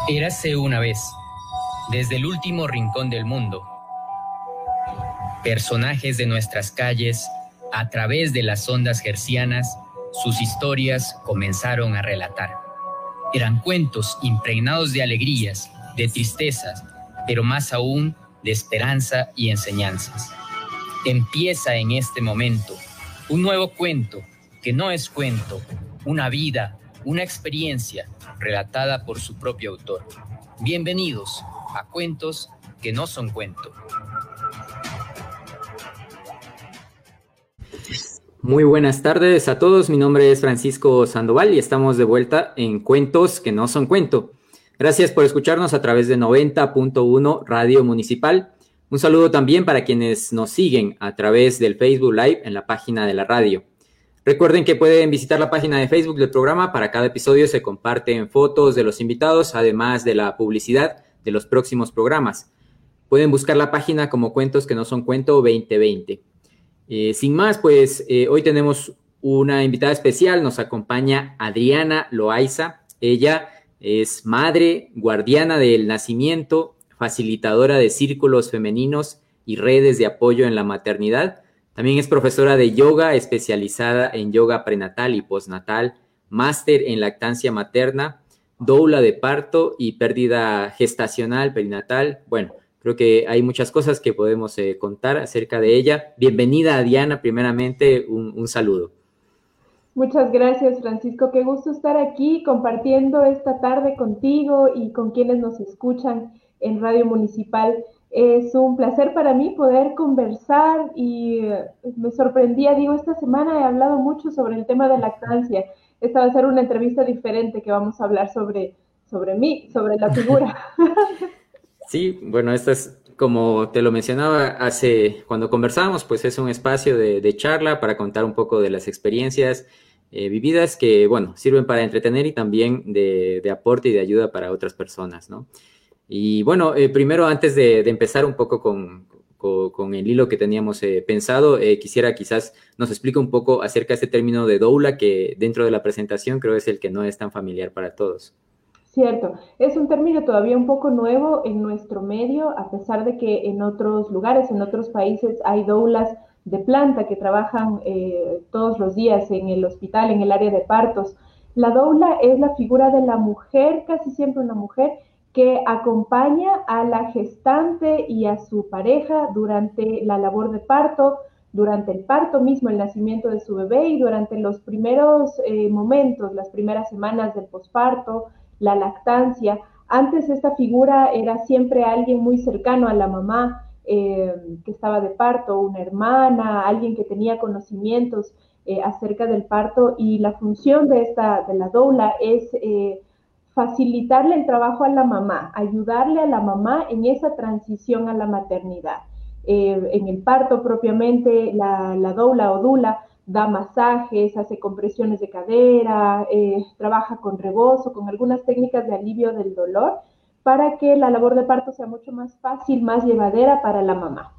Érase una vez, desde el último rincón del mundo, personajes de nuestras calles, a través de las ondas hercianas, sus historias comenzaron a relatar. Eran cuentos impregnados de alegrías, de tristezas, pero más aún de esperanza y enseñanzas. Empieza en este momento un nuevo cuento que no es cuento, una vida, una experiencia relatada por su propio autor. Bienvenidos a Cuentos que no son cuento. Muy buenas tardes a todos, mi nombre es Francisco Sandoval y estamos de vuelta en Cuentos que no son cuento. Gracias por escucharnos a través de 90.1 Radio Municipal. Un saludo también para quienes nos siguen a través del Facebook Live en la página de la radio. Recuerden que pueden visitar la página de Facebook del programa. Para cada episodio se comparten fotos de los invitados, además de la publicidad de los próximos programas. Pueden buscar la página como Cuentos que no son cuento 2020. Sin más, pues hoy tenemos una invitada especial. Nos acompaña Adriana Loaiza. Ella es madre, guardiana del nacimiento, facilitadora de círculos femeninos y redes de apoyo en la maternidad. También es profesora de yoga, especializada en yoga prenatal y postnatal, máster en lactancia materna, doula de parto y pérdida gestacional, perinatal. Bueno, creo que hay muchas cosas que podemos contar acerca de ella. Bienvenida, Diana, primeramente un saludo. Muchas gracias, Francisco. Qué gusto estar aquí compartiendo esta tarde contigo y con quienes nos escuchan en Radio Municipal. Es un placer para mí poder conversar y me sorprendía, esta semana he hablado mucho sobre el tema de lactancia. Esta va a ser una entrevista diferente que vamos a hablar sobre mí, sobre la figura. Sí, bueno, esto es, como te lo mencionaba cuando conversábamos, pues es un espacio de charla para contar un poco de las experiencias vividas que, bueno, sirven para entretener y también de aporte y de ayuda para otras personas, ¿no? Y bueno, primero, antes de empezar un poco con el hilo que teníamos pensado, quisiera quizás nos explique un poco acerca de este término de doula, que dentro de la presentación creo es el que no es tan familiar para todos. Cierto, es un término todavía un poco nuevo en nuestro medio, a pesar de que en otros lugares, en otros países hay doulas de planta que trabajan todos los días en el hospital, en el área de partos. La doula es la figura de la mujer, casi siempre una mujer, que acompaña a la gestante y a su pareja durante la labor de parto, durante el parto mismo, el nacimiento de su bebé y durante los primeros momentos, las primeras semanas del posparto, la lactancia. Antes esta figura era siempre alguien muy cercano a la mamá que estaba de parto, una hermana, alguien que tenía conocimientos acerca del parto, y la función de la doula es facilitarle el trabajo a la mamá, ayudarle a la mamá en esa transición a la maternidad. En el parto propiamente, la doula o dula da masajes, hace compresiones de cadera, trabaja con rebozo, con algunas técnicas de alivio del dolor, para que la labor de parto sea mucho más fácil, más llevadera para la mamá.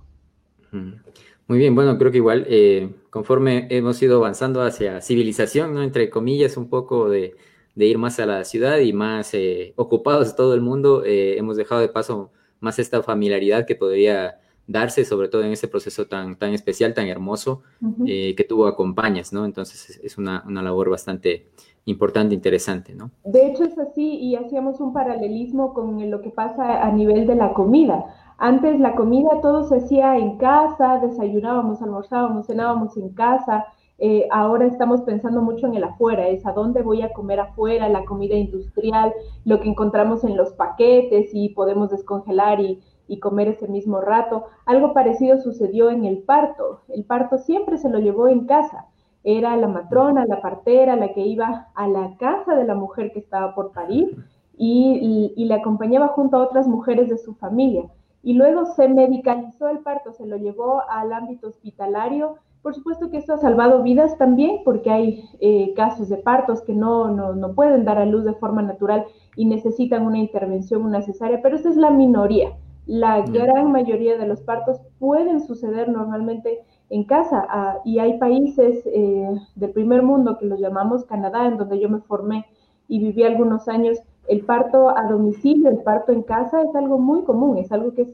Muy bien, bueno, creo que igual conforme hemos ido avanzando hacia civilización, ¿no? Entre comillas, un poco de ir más a la ciudad y más ocupados de todo el mundo, hemos dejado de paso más esta familiaridad que podría darse, sobre todo en ese proceso tan especial, tan hermoso, que tú acompañas, ¿no? Entonces es una labor bastante importante, interesante, ¿no? De hecho es así, y hacíamos un paralelismo con lo que pasa a nivel de la comida. Antes la comida todo se hacía en casa, desayunábamos, almorzábamos, cenábamos en casa. Ahora estamos pensando mucho en el afuera, es a dónde voy a comer afuera, la comida industrial, lo que encontramos en los paquetes y podemos descongelar y comer ese mismo rato. Algo parecido sucedió en el parto. El parto siempre se lo llevó en casa. Era la matrona, la partera, la que iba a la casa de la mujer que estaba por parir y le acompañaba junto a otras mujeres de su familia. Y luego se medicalizó el parto, se lo llevó al ámbito hospitalario. Por supuesto que esto ha salvado vidas también, porque hay casos de partos que no pueden dar a luz de forma natural y necesitan una intervención, una cesárea, pero esa es la minoría. La gran mayoría de los partos pueden suceder normalmente en casa, y hay países del primer mundo que los llamamos Canadá, en donde yo me formé y viví algunos años, El parto a domicilio, el parto en casa es algo muy común, es algo que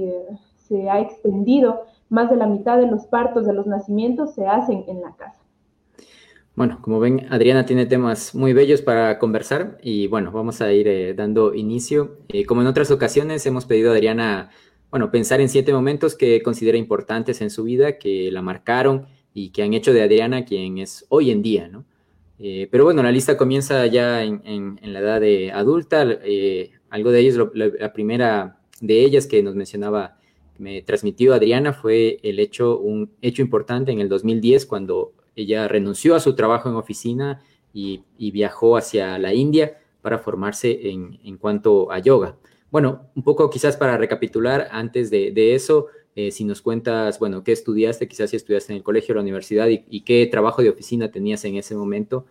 se ha extendido. Más de la mitad de los partos, de los nacimientos, se hacen en la casa. Bueno, como ven, Adriana tiene temas muy bellos para conversar y bueno, vamos a ir dando inicio. Como en otras ocasiones, hemos pedido a Adriana, bueno, pensar en 7 momentos que considera importantes en su vida, que la marcaron y que han hecho de Adriana quien es hoy en día, ¿no? Pero bueno, la lista comienza ya en la edad de adulta. Algo de ellos, la primera de ellas que nos mencionaba, que me transmitió Adriana, fue un hecho importante en el 2010 cuando ella renunció a su trabajo en oficina y viajó hacia la India para formarse en cuanto a yoga. Bueno, un poco quizás para recapitular antes de eso, si nos cuentas, bueno, qué estudiaste, quizás si estudiaste en el colegio o la universidad y qué trabajo de oficina tenías en ese momento.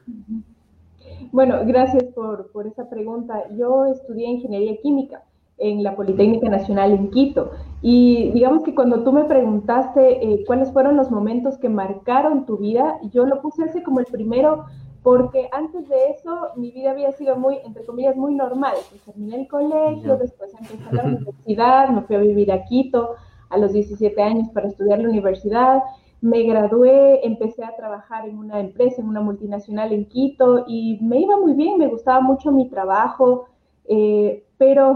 Bueno, gracias por esa pregunta. Yo estudié ingeniería química en la Politécnica Nacional en Quito. Y digamos que cuando tú me preguntaste cuáles fueron los momentos que marcaron tu vida, yo lo puse así como el primero, porque antes de eso mi vida había sido muy, entre comillas, muy normal. Pues terminé el colegio, después empecé a la universidad, me fui a vivir a Quito a los 17 años para estudiar la universidad. Me gradué, empecé a trabajar en una empresa, en una multinacional en Quito y me iba muy bien, me gustaba mucho mi trabajo, pero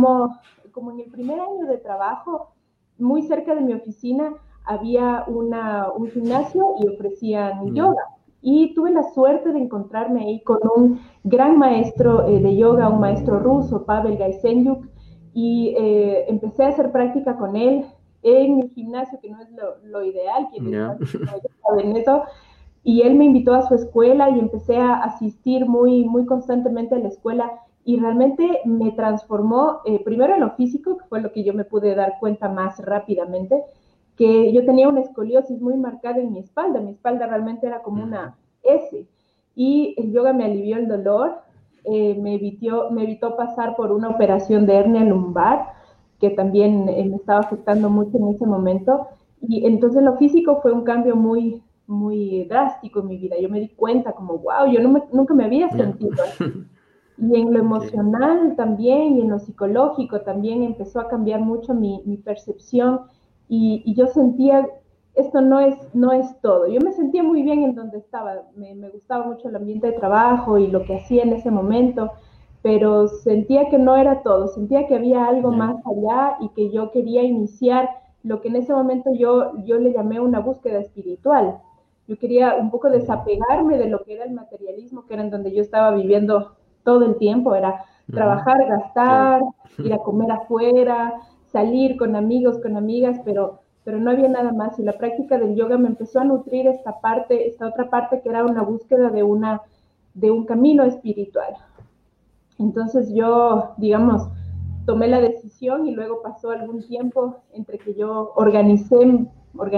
como en el primer año de trabajo, muy cerca de mi oficina había un gimnasio y ofrecían yoga. Y tuve la suerte de encontrarme ahí con un gran maestro de yoga, un maestro ruso, Pavel Gaisenyuk, y empecé a hacer práctica con él en el gimnasio, que no es lo ideal, quienes no saben eso, y él me invitó a su escuela y empecé a asistir muy, muy constantemente a la escuela y realmente me transformó, primero en lo físico, que fue lo que yo me pude dar cuenta más rápidamente, que yo tenía una escoliosis muy marcada en mi espalda realmente era como una S, y el yoga me alivió el dolor, me evitó pasar por una operación de hernia lumbar, que también me estaba afectando mucho en ese momento, y entonces lo físico fue un cambio muy, muy drástico en mi vida. Yo me di cuenta como, wow, yo nunca me había sentido así. Y en lo emocional también, y en lo psicológico también empezó a cambiar mucho mi percepción y yo sentía, esto no es todo. Yo me sentía muy bien en donde estaba, me gustaba mucho el ambiente de trabajo y lo que hacía en ese momento, pero sentía que no era todo, sentía que había algo más allá y que yo quería iniciar lo que en ese momento yo le llamé una búsqueda espiritual. Yo quería un poco desapegarme de lo que era el materialismo, que era en donde yo estaba viviendo todo el tiempo, era trabajar, gastar, ir a comer afuera, salir con amigos, con amigas, pero no había nada más. Y la práctica del yoga me empezó a nutrir esta otra parte que era una búsqueda de un camino espiritual. Entonces yo, digamos, tomé la decisión y luego pasó algún tiempo entre que yo organicé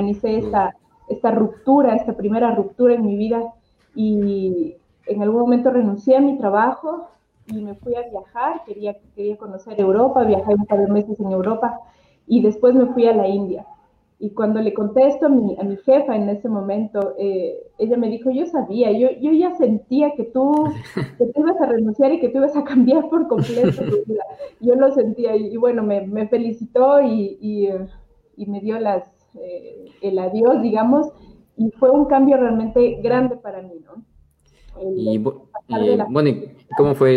esta ruptura, esta primera ruptura en mi vida y en algún momento renuncié a mi trabajo y me fui a viajar, quería conocer Europa, viajé un par de meses en Europa y después me fui a la India. Y cuando le contesto a mi jefa en ese momento, ella me dijo, yo sabía, yo ya sentía que tú ibas a renunciar y que tú ibas a cambiar por completo tu vida. Yo lo sentía y bueno, me felicitó y me dio el adiós, digamos, y fue un cambio realmente grande para mí, ¿no? Bueno, ¿cómo fue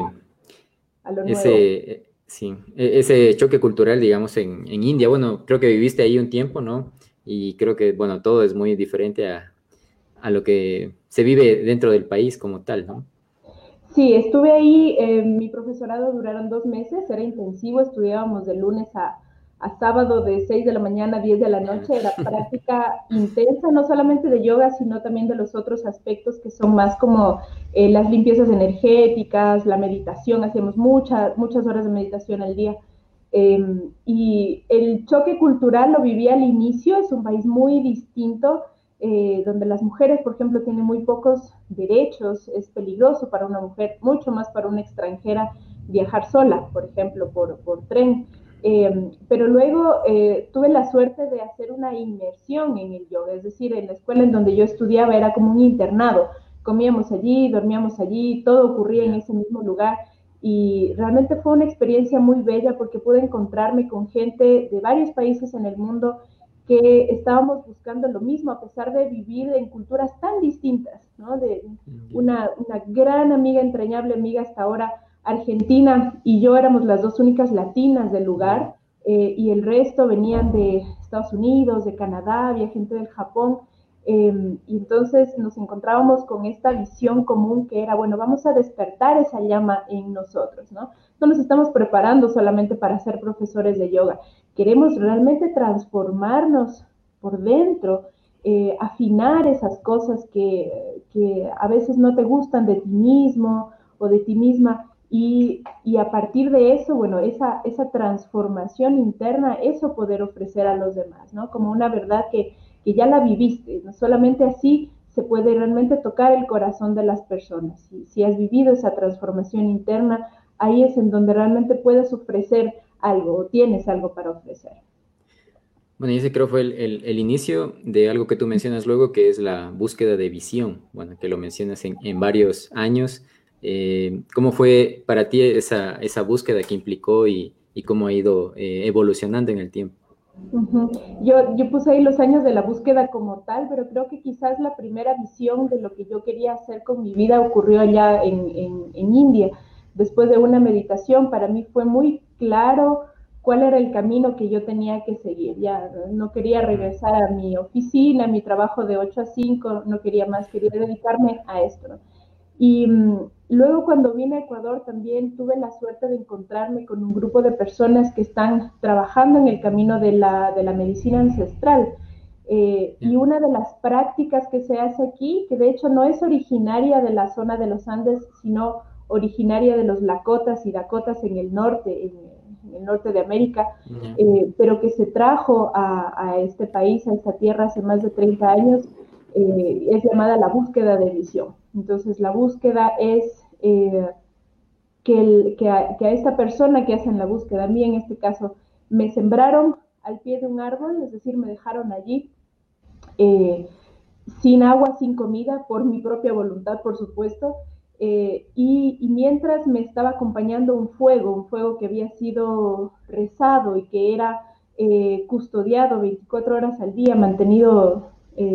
ese choque cultural, digamos, en India? Bueno, creo que viviste ahí un tiempo, ¿no? Y creo que, bueno, todo es muy diferente a lo que se vive dentro del país como tal, ¿no? Sí, estuve ahí, mi profesorado duraron 2 meses, era intensivo, estudiábamos de lunes a sábado de 6 de la mañana a 10 de la noche, era práctica intensa, no solamente de yoga, sino también de los otros aspectos que son más como las limpiezas energéticas, la meditación, hacíamos muchas horas de meditación al día. Y el choque cultural lo viví al inicio, es un país muy distinto, donde las mujeres, por ejemplo, tienen muy pocos derechos, es peligroso para una mujer, mucho más para una extranjera viajar sola, por ejemplo, por tren. Pero luego tuve la suerte de hacer una inmersión en el yoga, es decir, en la escuela en donde yo estudiaba era como un internado, comíamos allí, dormíamos allí, todo ocurría en ese mismo lugar Y realmente fue una experiencia muy bella porque pude encontrarme con gente de varios países en el mundo que estábamos buscando lo mismo, a pesar de vivir en culturas tan distintas, ¿no? De una gran amiga, entrañable amiga hasta ahora, argentina, y yo éramos las dos únicas latinas del lugar, y el resto venían de Estados Unidos, de Canadá, había gente del Japón, y entonces nos encontrábamos con esta visión común que era, bueno, vamos a despertar esa llama en nosotros, ¿no? No nos estamos preparando solamente para ser profesores de yoga, queremos realmente transformarnos por dentro, afinar esas cosas que a veces no te gustan de ti mismo o de ti misma, y a partir de eso, bueno, esa transformación interna, eso poder ofrecer a los demás, ¿no? Como una verdad que ya la viviste, ¿no? Solamente así se puede realmente tocar el corazón de las personas. Si has vivido esa transformación interna, ahí es en donde realmente puedes ofrecer algo o tienes algo para ofrecer. Bueno, y ese creo fue el inicio de algo que tú mencionas luego, que es la búsqueda de visión, bueno, que lo mencionas en varios años. ¿Cómo fue para ti esa búsqueda que implicó y cómo ha ido evolucionando en el tiempo? Uh-huh. Yo puse ahí los años de la búsqueda como tal, pero creo que quizás la primera visión de lo que yo quería hacer con mi vida ocurrió allá en India. Después de una meditación, para mí fue muy claro cuál era el camino que yo tenía que seguir. Ya no quería regresar a mi oficina, a mi trabajo de 8 a 5, no quería más, quería dedicarme a esto, ¿no? Y luego cuando vine a Ecuador también tuve la suerte de encontrarme con un grupo de personas que están trabajando en el camino de la medicina ancestral. Y una de las prácticas que se hace aquí, que de hecho no es originaria de la zona de los Andes, sino originaria de los Lakotas y Dakotas en el norte, en el norte de América, pero que se trajo a este país, a esta tierra hace más de 30 años, es llamada la búsqueda de visión. Entonces, la búsqueda es que a esta persona que hacen la búsqueda, a mí en este caso, me sembraron al pie de un árbol, es decir, me dejaron allí eh, sin agua, sin comida, por mi propia voluntad, por supuesto, y mientras me estaba acompañando un fuego que había sido rezado y que era custodiado 24 horas al día, mantenido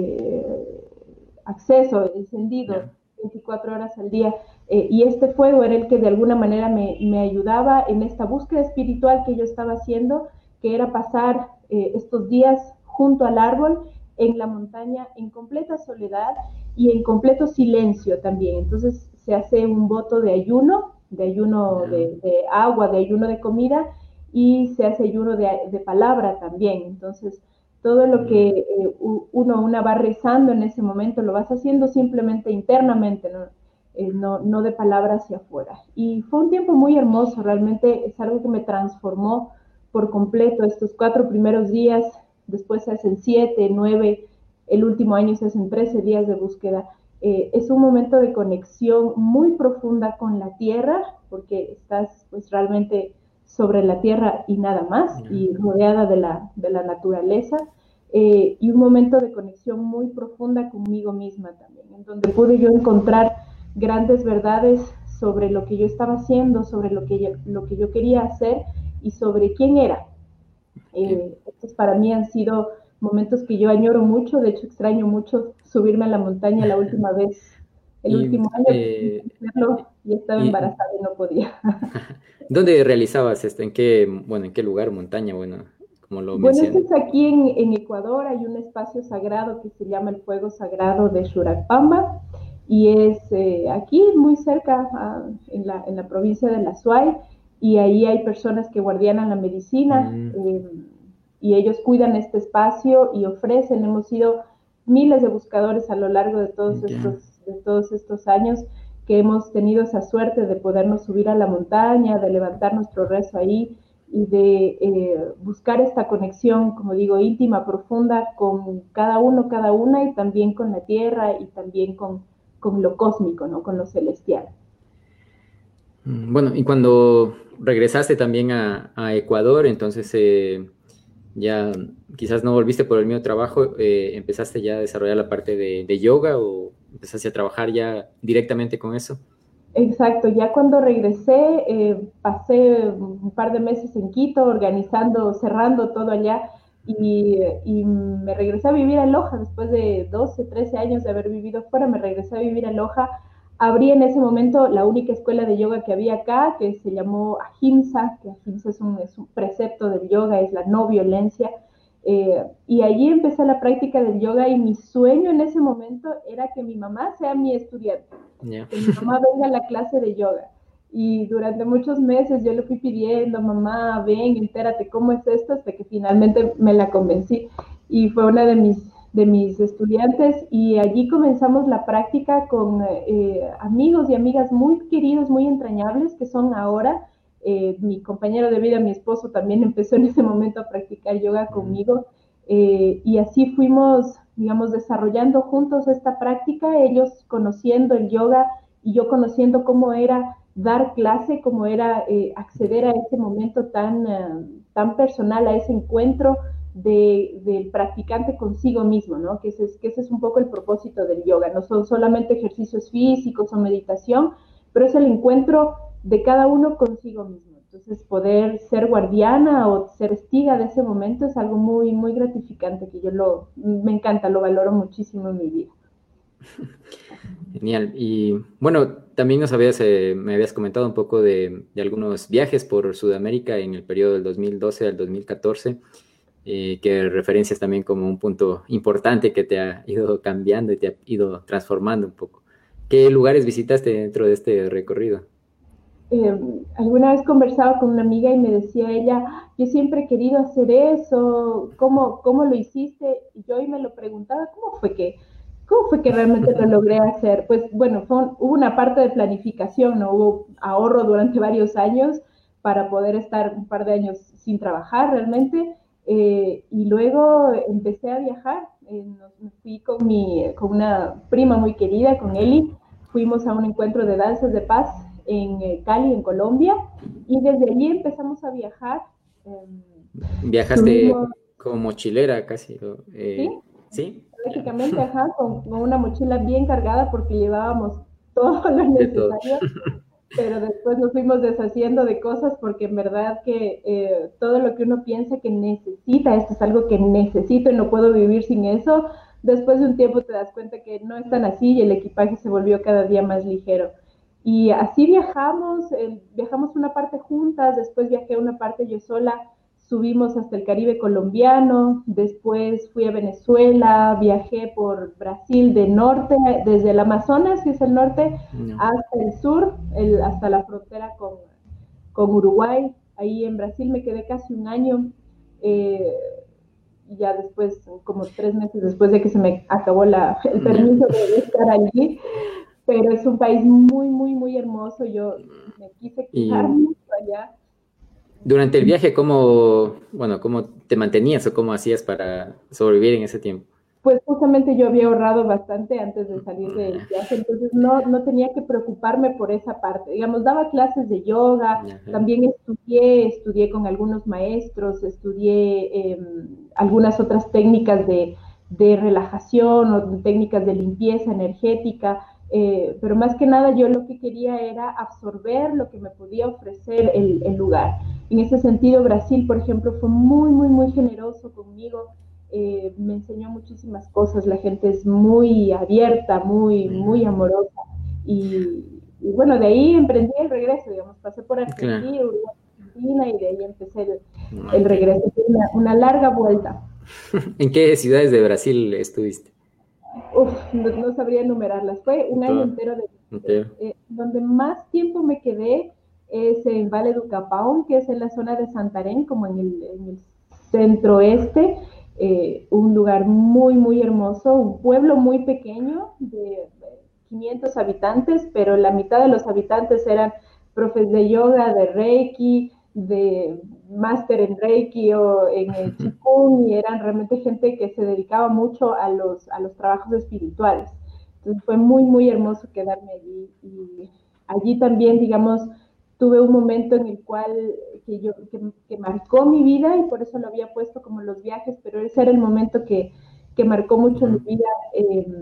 acceso, encendido 24 horas al día, y este fuego era el que de alguna manera me ayudaba en esta búsqueda espiritual que yo estaba haciendo, que era pasar estos días junto al árbol, en la montaña, en completa soledad y en completo silencio también. Entonces se hace un voto de ayuno de agua, de ayuno de comida, y se hace ayuno de palabra también. Entonces, todo lo que una va rezando en ese momento lo vas haciendo simplemente internamente, ¿no? No de palabras hacia afuera. Y fue un tiempo muy hermoso, realmente es algo que me transformó por completo. Estos 4 primeros días, después se hacen 7, 9, el último año se hacen 13 días de búsqueda. Es un momento de conexión muy profunda con la tierra, porque estás pues realmente sobre la tierra y nada más, y rodeada de la naturaleza, y un momento de conexión muy profunda conmigo misma también, en donde pude yo encontrar grandes verdades sobre lo que yo estaba haciendo, sobre lo que yo quería hacer y sobre quién era. Estos para mí han sido momentos que yo añoro mucho, de hecho extraño mucho subirme a la montaña la última vez, el último año que hacerlo, y estaba embarazada y no podía. ¿Dónde realizabas esto? ¿En qué lugar, montaña? Bueno, como lo Bueno, esto mencioné. es aquí en Ecuador, hay un espacio sagrado que se llama el Fuego Sagrado de Churakpamba, y es aquí muy cerca, en la provincia de La Suay, y ahí hay personas que guardianan la medicina, y ellos cuidan este espacio y ofrecen. Hemos sido miles de buscadores a lo largo de todos estos años, que hemos tenido esa suerte de podernos subir a la montaña, de levantar nuestro rezo ahí y de buscar esta conexión, como digo, íntima, profunda con cada uno, cada una, y también con la tierra y también con lo cósmico, ¿no? Con lo celestial. Bueno, y cuando regresaste también a Ecuador, entonces ya quizás no volviste por el mismo trabajo, ¿empezaste ya a desarrollar la parte de yoga o empezaste a trabajar ya directamente con eso? Exacto, ya cuando regresé, pasé un par de meses en Quito organizando, cerrando todo allá y me regresé a vivir a Loja después de 12, 13 años de haber vivido fuera, me regresé a vivir a Loja. Abrí en ese momento la única escuela de yoga que había acá, que se llamó Ahimsa, que Ahimsa es un precepto del yoga, es la no violencia. Y allí empecé la práctica del yoga y mi sueño en ese momento era que mi mamá sea mi estudiante, Ya. que mi mamá venga a la clase de yoga. Y durante muchos meses yo le fui pidiendo, mamá, ven, entérate cómo es esto, hasta que finalmente me la convencí. Y fue una de mis estudiantes y allí comenzamos la práctica con amigos y amigas muy queridos, muy entrañables, que son ahora. Mi compañero de vida, mi esposo, también empezó en ese momento a practicar yoga conmigo. Y así fuimos, digamos, desarrollando juntos esta práctica, ellos conociendo el yoga y yo conociendo cómo era dar clase, cómo era acceder a ese momento tan personal, a ese encuentro del practicante consigo mismo, ¿no? Que ese es un poco el propósito del yoga, no son solamente ejercicios físicos o meditación, pero es el encuentro de cada uno consigo mismo. Entonces, poder ser guardiana o ser testiga de ese momento es algo muy, muy gratificante que me encanta, lo valoro muchísimo en mi vida. Genial. Y bueno, también me habías comentado un poco de algunos viajes por Sudamérica en el periodo del 2012 al 2014, que referencias también como un punto importante que te ha ido cambiando y te ha ido transformando un poco. ¿Qué lugares visitaste dentro de este recorrido? Alguna vez conversaba con una amiga y me decía ella, yo siempre he querido hacer eso, ¿cómo lo hiciste? Y yo hoy me lo preguntaba, cómo fue que realmente lo logré hacer? Pues bueno, hubo una parte de planificación, ¿no? Hubo ahorro durante varios años para poder estar un par de años sin trabajar realmente. Y luego empecé a viajar, me fui con una prima muy querida, con Eli, fuimos a un encuentro de danzas de paz en Cali, en Colombia, y desde allí empezamos a viajar. Viajaste Tuvimos, como mochilera casi, sí, ¿sí? Ya. prácticamente, ajá, con una mochila bien cargada porque llevábamos todo lo De todo. necesario, pero después nos fuimos deshaciendo de cosas porque en verdad que todo lo que uno piensa que necesita, esto es algo que necesito y no puedo vivir sin eso, después de un tiempo te das cuenta que no es tan así y el equipaje se volvió cada día más ligero. Y así viajamos una parte juntas, después viajé una parte yo sola, subimos hasta el Caribe colombiano, después fui a Venezuela, viajé por Brasil de norte, desde el Amazonas, que es el norte, No. hasta el sur, hasta la frontera con Uruguay. Ahí en Brasil me quedé casi un año. Eh, y ya después, como 3 meses después de que se me acabó el Ya. permiso de estar allí, pero es un país muy, muy, muy hermoso. Yo me quise quedar Y mucho allá. durante el viaje, ¿cómo te mantenías o cómo hacías para sobrevivir en ese tiempo? Pues justamente yo había ahorrado bastante antes de salir del viaje, entonces no tenía que preocuparme por esa parte. Digamos, daba clases de yoga, Ajá. también estudié con algunos maestros, estudié algunas otras técnicas de relajación o técnicas de limpieza energética, pero más que nada yo lo que quería era absorber lo que me podía ofrecer el lugar. En ese sentido, Brasil, por ejemplo, fue muy, muy, muy generoso conmigo. Me enseñó muchísimas cosas, la gente es muy abierta, muy, muy amorosa y bueno, de ahí emprendí el regreso, digamos, pasé por Claro. Argentina, Uruguay, Argentina y de ahí empecé el Ok. regreso, fue una larga vuelta. ¿En qué ciudades de Brasil estuviste? Uf, no sabría enumerarlas, fue un año Todo entero entero. donde más tiempo me quedé es en Valle do Capão, que es en la zona de Santarém, como en el centro oeste, un lugar muy, muy hermoso, un pueblo muy pequeño de 500 habitantes, pero la mitad de los habitantes eran profes de yoga, de Reiki, de máster en Reiki o en el Qigong, y eran realmente gente que se dedicaba mucho a los trabajos espirituales. Entonces fue muy, muy hermoso quedarme allí. Y allí también, digamos, tuve un momento en el cual que marcó mi vida y por eso lo había puesto como los viajes, pero ese era el momento que marcó mucho mi vida,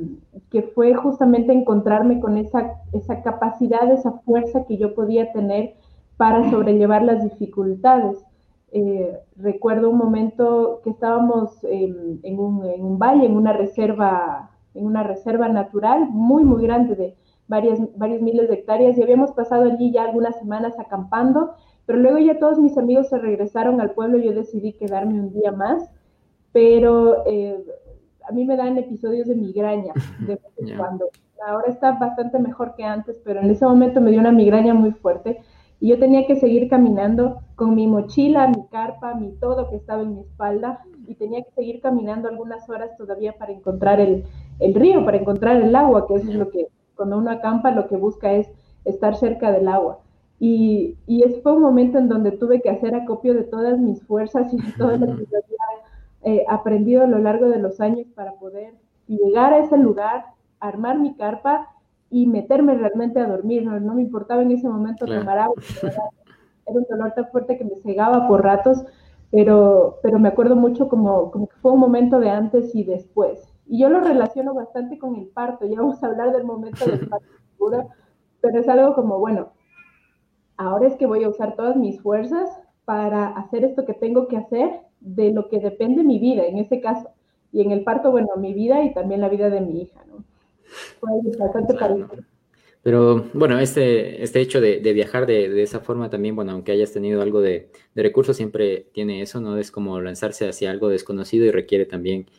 que fue justamente encontrarme con esa capacidad, esa fuerza que yo podía tener para sobrellevar las dificultades. Recuerdo un momento que estábamos en un valle, en una reserva natural muy, muy grande de varios miles de hectáreas, y habíamos pasado allí ya algunas semanas acampando, pero luego ya todos mis amigos se regresaron al pueblo y yo decidí quedarme un día más, pero a mí me dan episodios de migraña de vez en cuando. Ahora está bastante mejor que antes, pero en ese momento me dio una migraña muy fuerte y yo tenía que seguir caminando con mi mochila, mi carpa, mi todo que estaba en mi espalda, y tenía que seguir caminando algunas horas todavía para encontrar el río, para encontrar el agua, que eso es lo que, cuando uno acampa, lo que busca es estar cerca del agua. Y ese fue un momento en donde tuve que hacer acopio de todas mis fuerzas y de todo lo que yo había aprendido a lo largo de los años para poder llegar a ese lugar, armar mi carpa y meterme realmente a dormir. No me importaba en ese momento tomar agua, era un dolor tan fuerte que me cegaba por ratos, pero me acuerdo mucho como que fue un momento de antes y después. Y yo lo relaciono bastante con el parto. Ya vamos a hablar del momento del parto, seguro, pero es algo como, bueno, ahora es que voy a usar todas mis fuerzas para hacer esto que tengo que hacer, de lo que depende mi vida, en ese caso. Y en el parto, bueno, mi vida y también la vida de mi hija, ¿no? Fue bastante parecido. Pero bueno, este hecho de viajar de esa forma también, bueno, aunque hayas tenido algo de recursos, siempre tiene eso, ¿no? Es como lanzarse hacia algo desconocido y requiere también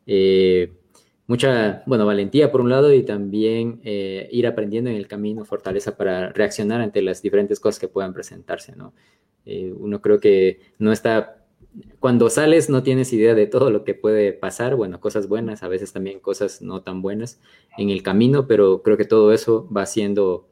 mucha, bueno, valentía por un lado, y también ir aprendiendo en el camino, fortaleza para reaccionar ante las diferentes cosas que puedan presentarse, ¿no? Uno creo que no está... Cuando sales no tienes idea de todo lo que puede pasar, bueno, cosas buenas, a veces también cosas no tan buenas en el camino, pero creo que todo eso va siendo,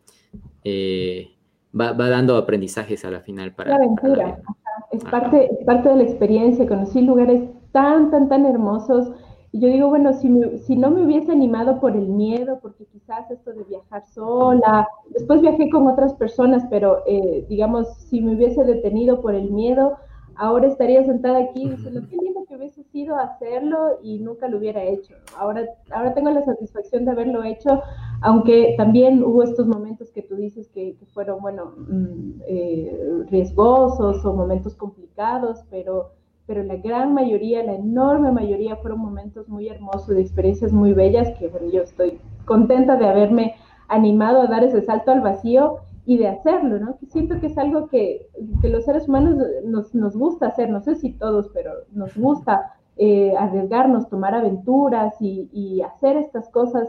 va dando aprendizajes a la final para la vida. Es parte de la experiencia. Conocí lugares tan hermosos. Y yo digo, bueno, si no me hubiese animado por el miedo, porque quizás esto de viajar sola, después viajé con otras personas, pero digamos, si me hubiese detenido por el miedo, ahora estaría sentada aquí diciendo, qué lindo que hubiese sido hacerlo y nunca lo hubiera hecho. Ahora tengo la satisfacción de haberlo hecho, aunque también hubo estos momentos que tú dices que fueron, bueno, riesgosos o momentos complicados, pero la gran mayoría, la enorme mayoría, fueron momentos muy hermosos, de experiencias muy bellas, que bueno, yo estoy contenta de haberme animado a dar ese salto al vacío y de hacerlo, ¿no? Que siento que es algo que los seres humanos nos gusta hacer, no sé si todos, pero nos gusta arriesgarnos, tomar aventuras y hacer estas cosas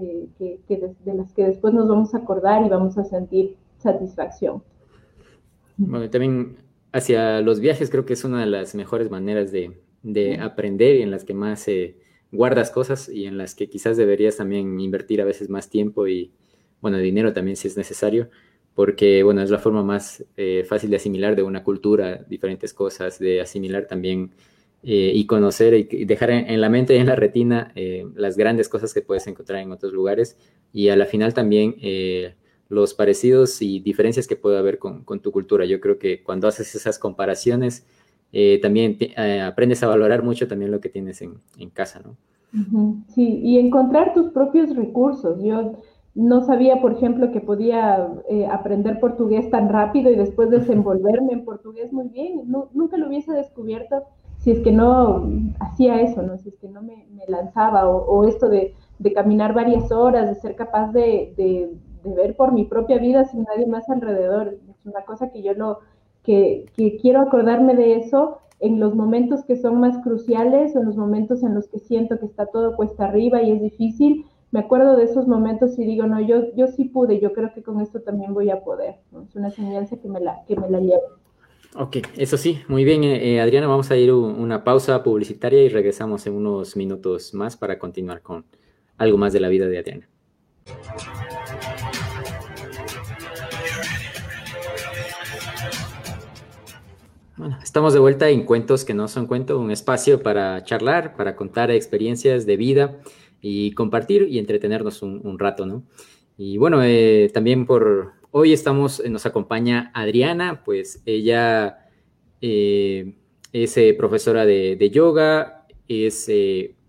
de las que después nos vamos a acordar y vamos a sentir satisfacción. Bueno, también hacia los viajes creo que es una de las mejores maneras de aprender, y en las que más guardas cosas, y en las que quizás deberías también invertir a veces más tiempo y, bueno, dinero también si es necesario, porque, bueno, es la forma más fácil de asimilar de una cultura diferentes cosas, de asimilar también y conocer y dejar en la mente y en la retina las grandes cosas que puedes encontrar en otros lugares, y a la final también los parecidos y diferencias que puede haber con tu cultura. Yo creo que cuando haces esas comparaciones, también aprendes a valorar mucho también lo que tienes en casa, ¿no? Sí, y encontrar tus propios recursos. Yo no sabía, por ejemplo, que podía aprender portugués tan rápido y después desenvolverme en portugués muy bien. Nunca lo hubiese descubierto si es que no hacía eso, ¿no? Si es que no me lanzaba, o esto de caminar varias horas, de ser capaz de ver por mi propia vida sin nadie más alrededor. Es una cosa que yo que quiero acordarme de eso en los momentos que son más cruciales, o en los momentos en los que siento que está todo cuesta arriba y es difícil. Me acuerdo de esos momentos y digo, no, yo sí pude, yo creo que con esto también voy a poder, ¿no? Es una enseñanza que me la llevo. Ok, eso sí, muy bien, Adriana, vamos a ir una pausa publicitaria y regresamos en unos minutos más para continuar con algo más de la vida de Adriana. Bueno, estamos de vuelta en Cuentos que no son cuento, un espacio para charlar, para contar experiencias de vida y compartir y entretenernos un rato, ¿no? Y bueno, también por hoy nos acompaña Adriana, pues ella es profesora de yoga, es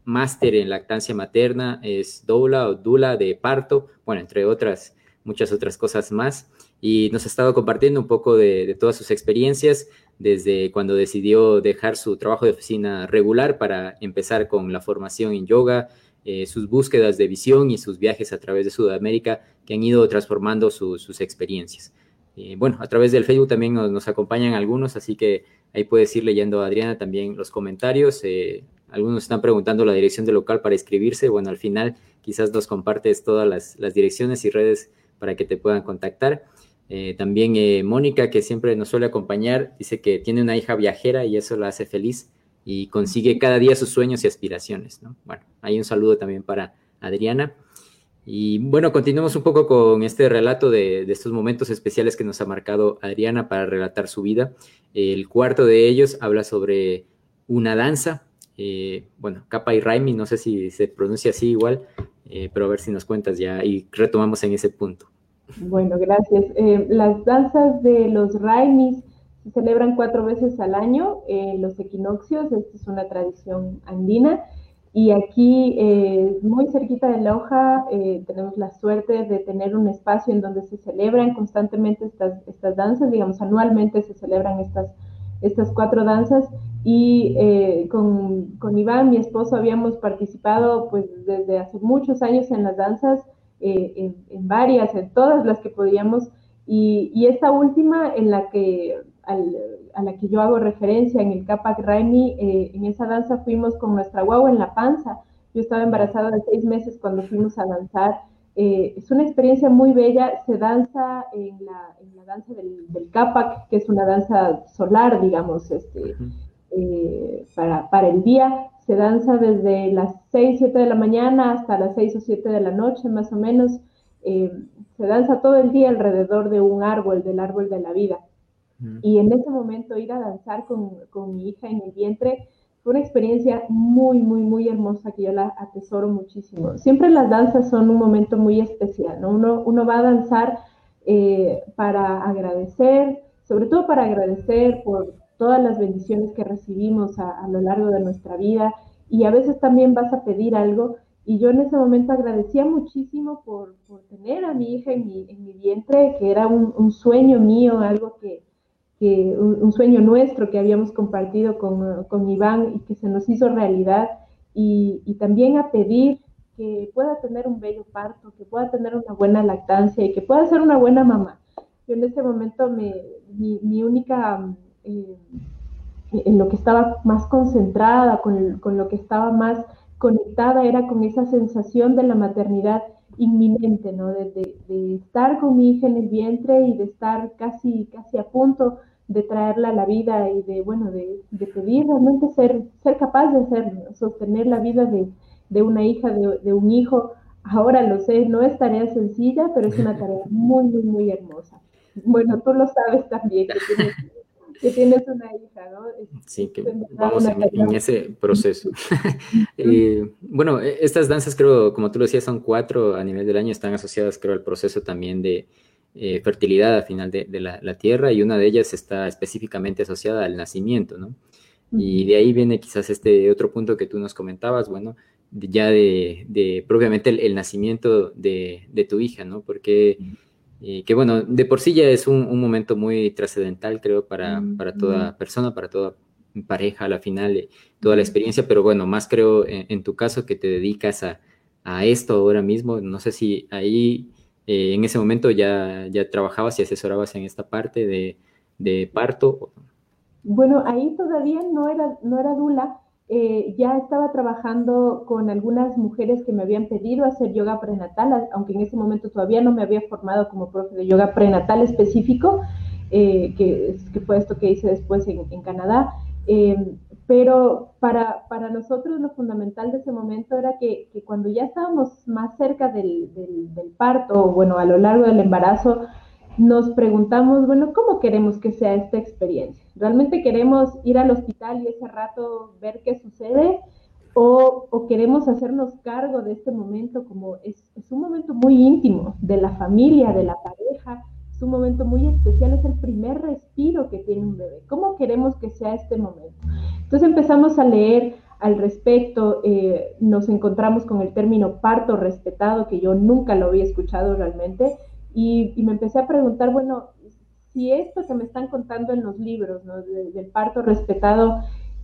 máster en lactancia materna, es doula o dula de parto, bueno, entre otras, muchas otras cosas más. Y nos ha estado compartiendo un poco de todas sus experiencias desde cuando decidió dejar su trabajo de oficina regular para empezar con la formación en yoga, sus búsquedas de visión y sus viajes a través de Sudamérica que han ido transformando sus experiencias. Bueno, a través del Facebook también nos acompañan algunos, así que ahí puedes ir leyendo, Adriana, también los comentarios. Algunos están preguntando la dirección del local para inscribirse. Bueno, al final quizás nos compartes todas las direcciones y redes para que te puedan contactar. También Mónica, que siempre nos suele acompañar, dice que tiene una hija viajera y eso la hace feliz y consigue cada día sus sueños y aspiraciones, ¿no? Bueno, hay un saludo también para Adriana. Y bueno, continuamos un poco con este relato de estos momentos especiales que nos ha marcado Adriana para relatar su vida. El cuarto de ellos habla sobre una danza, bueno, Kappa y Raimi, no sé si se pronuncia así igual, pero a ver si nos cuentas ya y retomamos en ese punto. Bueno, gracias. Las danzas de los Raimis se celebran 4 veces al año, los equinoccios. Esta es una tradición andina. Y aquí, muy cerquita de Loja, tenemos la suerte de tener un espacio en donde se celebran constantemente estas danzas. Digamos, anualmente se celebran estas 4 danzas. Y con Iván, mi esposo, habíamos participado pues desde hace muchos años en las danzas, en varias, en todas las que podíamos, y esta última en la que a la que yo hago referencia en el Capac Raimi, en esa danza fuimos con nuestra guagua en la panza. Yo estaba embarazada de 6 meses cuando fuimos a danzar. Es una experiencia muy bella. Se danza en la danza del Capac, que es una danza solar, digamos, para el día. Se danza desde las 6, 7 de la mañana hasta las 6 o 7 de la noche, más o menos. Se danza todo el día alrededor de un árbol, del árbol de la vida. Y en ese momento ir a danzar con mi hija en el vientre fue una experiencia muy, muy, muy hermosa que yo la atesoro muchísimo. Siempre las danzas son un momento muy especial, ¿no? Uno va a danzar para agradecer, sobre todo para agradecer por todas las bendiciones que recibimos a lo largo de nuestra vida, y a veces también vas a pedir algo. Y yo en ese momento agradecía muchísimo por tener a mi hija en mi vientre, que era un sueño mío, algo un sueño nuestro que habíamos compartido con Iván y que se nos hizo realidad, y también a pedir que pueda tener un bello parto, que pueda tener una buena lactancia y que pueda ser una buena mamá. Yo en ese momento mi única, en lo que estaba más concentrada, con lo que estaba más conectada, era con esa sensación de la maternidad inminente, ¿no? De estar con mi hija en el vientre y de estar casi a punto de traerla a la vida, y de pedir realmente ser capaz de hacerlo, sostener la vida de una hija, de un hijo. Ahora lo sé, no es tarea sencilla, pero es una tarea muy, muy, muy hermosa. Bueno, tú lo sabes también, que tienes una hija, ¿no? Sí, que vamos en ese proceso. Bueno, estas danzas, creo, como tú lo decías, son 4 a nivel del año, están asociadas, creo, al proceso también de fertilidad al final de la tierra, y una de ellas está específicamente asociada al nacimiento, ¿no? Y de ahí viene quizás este otro punto que tú nos comentabas, bueno, ya de propiamente el nacimiento de tu hija, ¿no? Porque que bueno, de por sí ya es un momento muy trascendental, creo, para toda persona, para toda pareja, a la final, toda la experiencia, pero bueno, más creo en tu caso que te dedicas a esto ahora mismo. No sé si ahí en ese momento ya trabajabas y asesorabas en esta parte de parto. Bueno, ahí todavía no era dula. Ya estaba trabajando con algunas mujeres que me habían pedido hacer yoga prenatal, aunque en ese momento todavía no me había formado como profe de yoga prenatal específico, que fue esto que hice después en Canadá. Pero para nosotros lo fundamental de ese momento era que cuando ya estábamos más cerca del parto, bueno, a lo largo del embarazo, nos preguntamos, bueno, ¿cómo queremos que sea esta experiencia? ¿Realmente queremos ir al hospital y ese rato ver qué sucede? ¿O queremos hacernos cargo de este momento como es un momento muy íntimo de la familia, de la pareja? Es un momento muy especial, es el primer respiro que tiene un bebé. ¿Cómo queremos que sea este momento? Entonces empezamos a leer al respecto. Nos encontramos con el término parto respetado, que yo nunca lo había escuchado realmente, y me empecé a preguntar, bueno, si esto que me están contando en los libros, ¿no?, del parto respetado,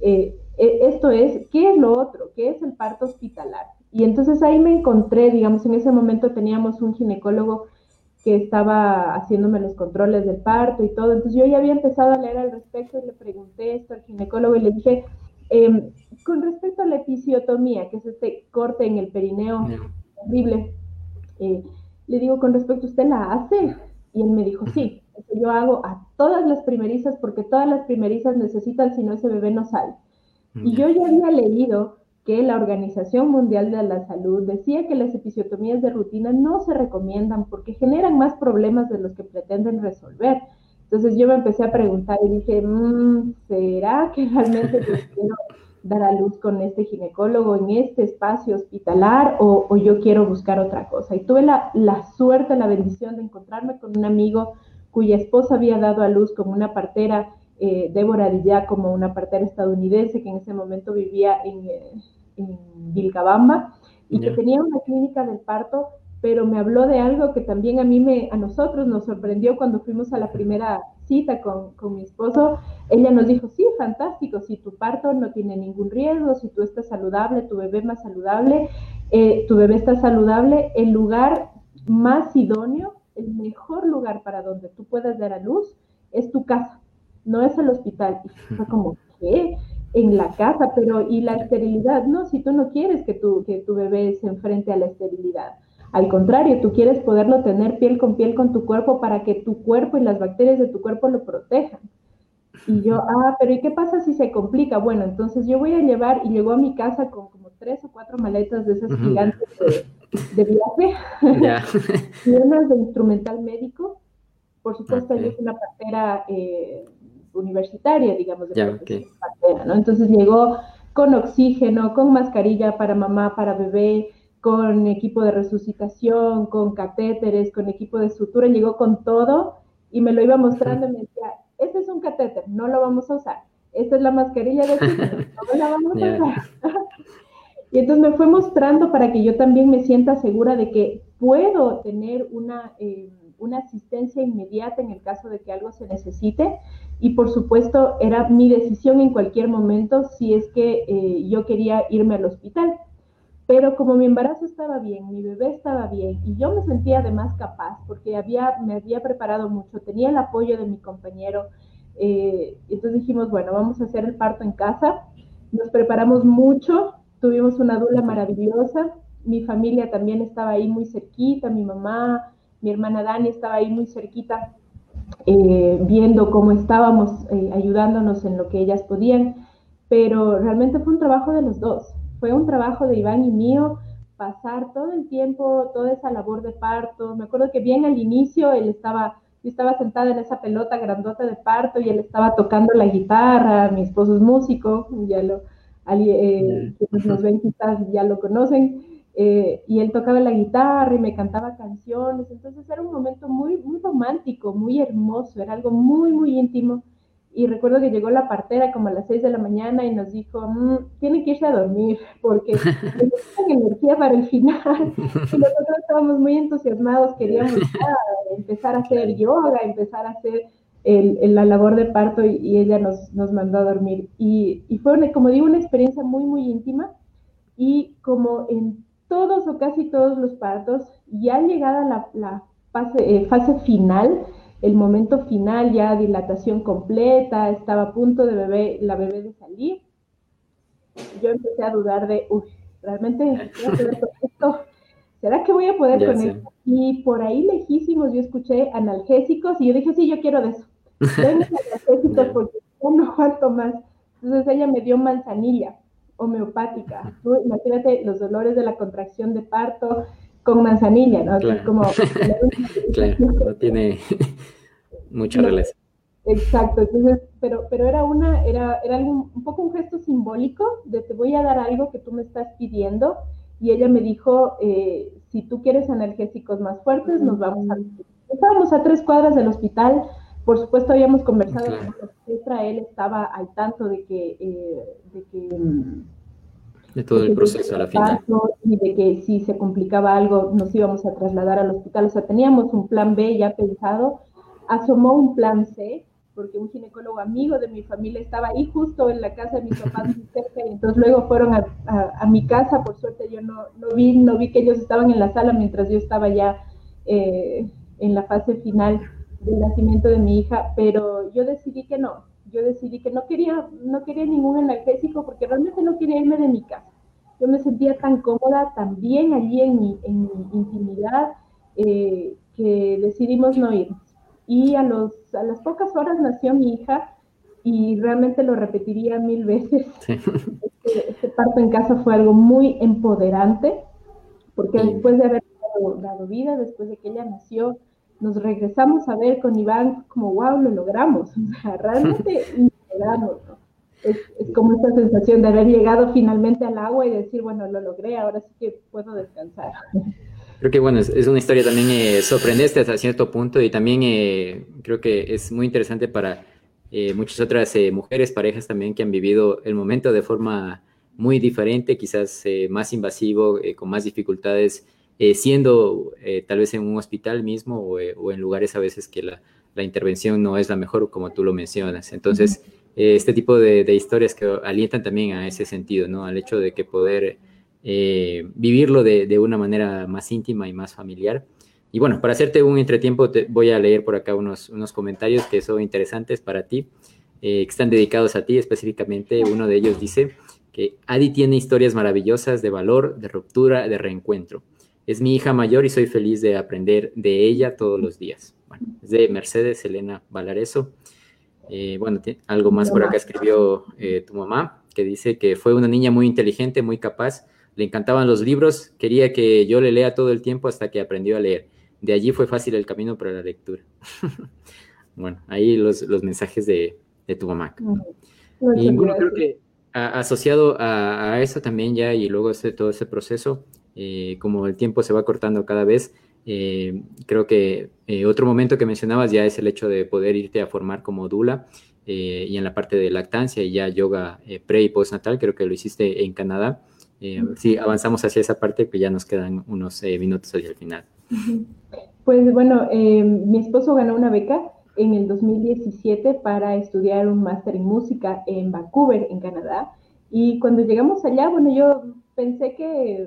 esto es, ¿qué es lo otro? ¿Qué es el parto hospitalar? Y entonces ahí me encontré, digamos, en ese momento teníamos un ginecólogo que estaba haciéndome los controles del parto y todo, entonces yo ya había empezado a leer al respecto y le pregunté esto al ginecólogo y le dije, con respecto a la episiotomía, que es este corte en el perineo horrible, le digo, con respecto, ¿usted la hace? Y él me dijo, sí, eso yo hago a todas las primerizas porque todas las primerizas necesitan, si no ese bebé no sale. Y yo ya había leído que la Organización Mundial de la Salud decía que las episiotomías de rutina no se recomiendan porque generan más problemas de los que pretenden resolver. Entonces yo me empecé a preguntar y dije, ¿será que realmente yo quiero dar a luz con este ginecólogo en este espacio hospitalar o yo quiero buscar otra cosa? Y tuve la suerte, la bendición de encontrarme con un amigo cuya esposa había dado a luz como una partera, Débora Dillá, como una partera estadounidense que en ese momento vivía en Vilcabamba y que tenía una clínica del parto, pero me habló de algo que también a nosotros nos sorprendió cuando fuimos a la primera cita con mi esposo. Ella nos dijo, sí, fantástico, si tu parto no tiene ningún riesgo, si tú estás saludable, tu bebé más saludable, tu bebé está saludable, el lugar más idóneo, el mejor lugar para donde tú puedas dar a luz es tu casa, no es el hospital. Y fue como, ¿qué? En la casa, pero ¿y la esterilidad? No, si tú no quieres que tu bebé se enfrente a la esterilidad. Al contrario, tú quieres poderlo tener piel con tu cuerpo para que tu cuerpo y las bacterias de tu cuerpo lo protejan. Y yo, pero ¿y qué pasa si se complica? Bueno, entonces yo voy a llevar, y llegó a mi casa con como 3 o 4 maletas de esas gigantes de viaje, llenas de instrumental médico. Por supuesto, yo soy una partera universitaria, digamos, de profesión partera, ¿no? Entonces llegó con oxígeno, con mascarilla para mamá, para bebé, con equipo de resucitación, con catéteres, con equipo de sutura, llegó con todo y me lo iba mostrando y me decía, este es un catéter, no lo vamos a usar. Esta es la mascarilla de oxígeno, no la vamos a usar. Y entonces me fue mostrando para que yo también me sienta segura de que puedo tener una asistencia inmediata en el caso de que algo se necesite. Y por supuesto era mi decisión en cualquier momento si es que yo quería irme al hospital. Pero como mi embarazo estaba bien, mi bebé estaba bien y yo me sentía además capaz porque me había preparado mucho, tenía el apoyo de mi compañero, entonces dijimos, bueno, vamos a hacer el parto en casa, nos preparamos mucho, tuvimos una dula maravillosa, mi familia también estaba ahí muy cerquita, mi mamá, mi hermana Dani estaba ahí muy cerquita, viendo cómo estábamos, ayudándonos en lo que ellas podían, pero realmente fue un trabajo de los dos. Fue un trabajo de Iván y mío, pasar todo el tiempo, toda esa labor de parto. Me acuerdo que bien al inicio yo estaba sentada en esa pelota grandota de parto y él estaba tocando la guitarra, mi esposo es músico, quienes nos ven quizás ya lo conocen, y él tocaba la guitarra y me cantaba canciones, entonces era un momento muy, muy romántico, muy hermoso, era algo muy, muy íntimo. Y recuerdo que llegó la partera como a las 6 de la mañana y nos dijo, tienen que irse a dormir porque necesitan energía para el final. Y nosotros estábamos muy entusiasmados, queríamos empezar a hacer yoga, empezar a hacer la labor de parto y ella nos mandó a dormir. Y fue, como digo, una experiencia muy, muy íntima y como en todos o casi todos los partos, ya llegada la fase final, el momento final, ya dilatación completa, estaba a punto de la bebé de salir, yo empecé a dudar de, realmente voy a poder con esto, ¿será que voy a poder con esto? Y por ahí lejísimos yo escuché analgésicos y yo dije, sí, yo quiero de eso, denme analgésicos porque yo no aguanto más. Entonces ella me dio manzanilla homeopática. Tú imagínate los dolores de la contracción de parto con manzanilla, ¿no? Claro, es como, claro, no tiene mucha relación. Exacto, entonces, pero era algo, un poco un gesto simbólico de te voy a dar algo que tú me estás pidiendo, y ella me dijo, si tú quieres analgésicos más fuertes, nos vamos estábamos a 3 cuadras del hospital, por supuesto habíamos conversado con la obstetra, él estaba al tanto de que De todo el proceso a la final. Y de que si se complicaba algo nos íbamos a trasladar al hospital. O sea, teníamos un plan B ya pensado, asomó un plan C, porque un ginecólogo amigo de mi familia estaba ahí justo en la casa de mis papás muy cerca, y entonces luego fueron a mi casa. Por suerte yo no vi que ellos estaban en la sala mientras yo estaba ya en la fase final del nacimiento de mi hija, pero yo decidí que no quería ningún analgésico, porque realmente no quería irme de mi casa. Yo me sentía tan cómoda, tan bien allí en mi intimidad, que decidimos no irnos. Y a las pocas horas nació mi hija, y realmente lo repetiría 1000 veces. Sí. Este parto en casa fue algo muy empoderante, porque después de haber dado vida, después de que ella nació, nos regresamos a ver con Iván como, wow, lo logramos. O sea, realmente lo logramos, ¿no? Es como esta sensación de haber llegado finalmente al agua y decir, bueno, lo logré, ahora sí que puedo descansar. Creo que, bueno, es una historia también sorprendente hasta cierto punto, y también creo que es muy interesante para muchas otras mujeres, parejas también, que han vivido el momento de forma muy diferente, quizás más invasivo, con más dificultades, siendo tal vez en un hospital mismo o en lugares a veces que la intervención no es la mejor, como tú lo mencionas. Entonces, este tipo de historias que alientan también a ese sentido, ¿no? Al hecho de que poder vivirlo de una manera más íntima y más familiar. Y bueno, para hacerte un entretiempo, voy a leer por acá unos comentarios que son interesantes para ti, que están dedicados a ti específicamente. Uno de ellos dice que Adi tiene historias maravillosas de valor, de ruptura, de reencuentro. Es mi hija mayor y soy feliz de aprender de ella todos los días. Bueno, es de Mercedes Elena Valareso. Bueno, algo más por acá escribió tu mamá, que dice que fue una niña muy inteligente, muy capaz, le encantaban los libros, quería que yo le lea todo el tiempo hasta que aprendió a leer. De allí fue fácil el camino para la lectura. Bueno, ahí los mensajes de tu mamá. Y bueno, creo que asociado a eso también ya, y luego todo ese proceso, como el tiempo se va cortando cada vez, creo que otro momento que mencionabas ya es el hecho de poder irte a formar como doula, y en la parte de lactancia y ya yoga pre y postnatal, creo que lo hiciste en Canadá. Sí, avanzamos hacia esa parte, que ya nos quedan unos minutos hacia el final. Pues bueno, mi esposo ganó una beca en el 2017 para estudiar un máster en música en Vancouver, en Canadá, y cuando llegamos allá, bueno, yo pensé que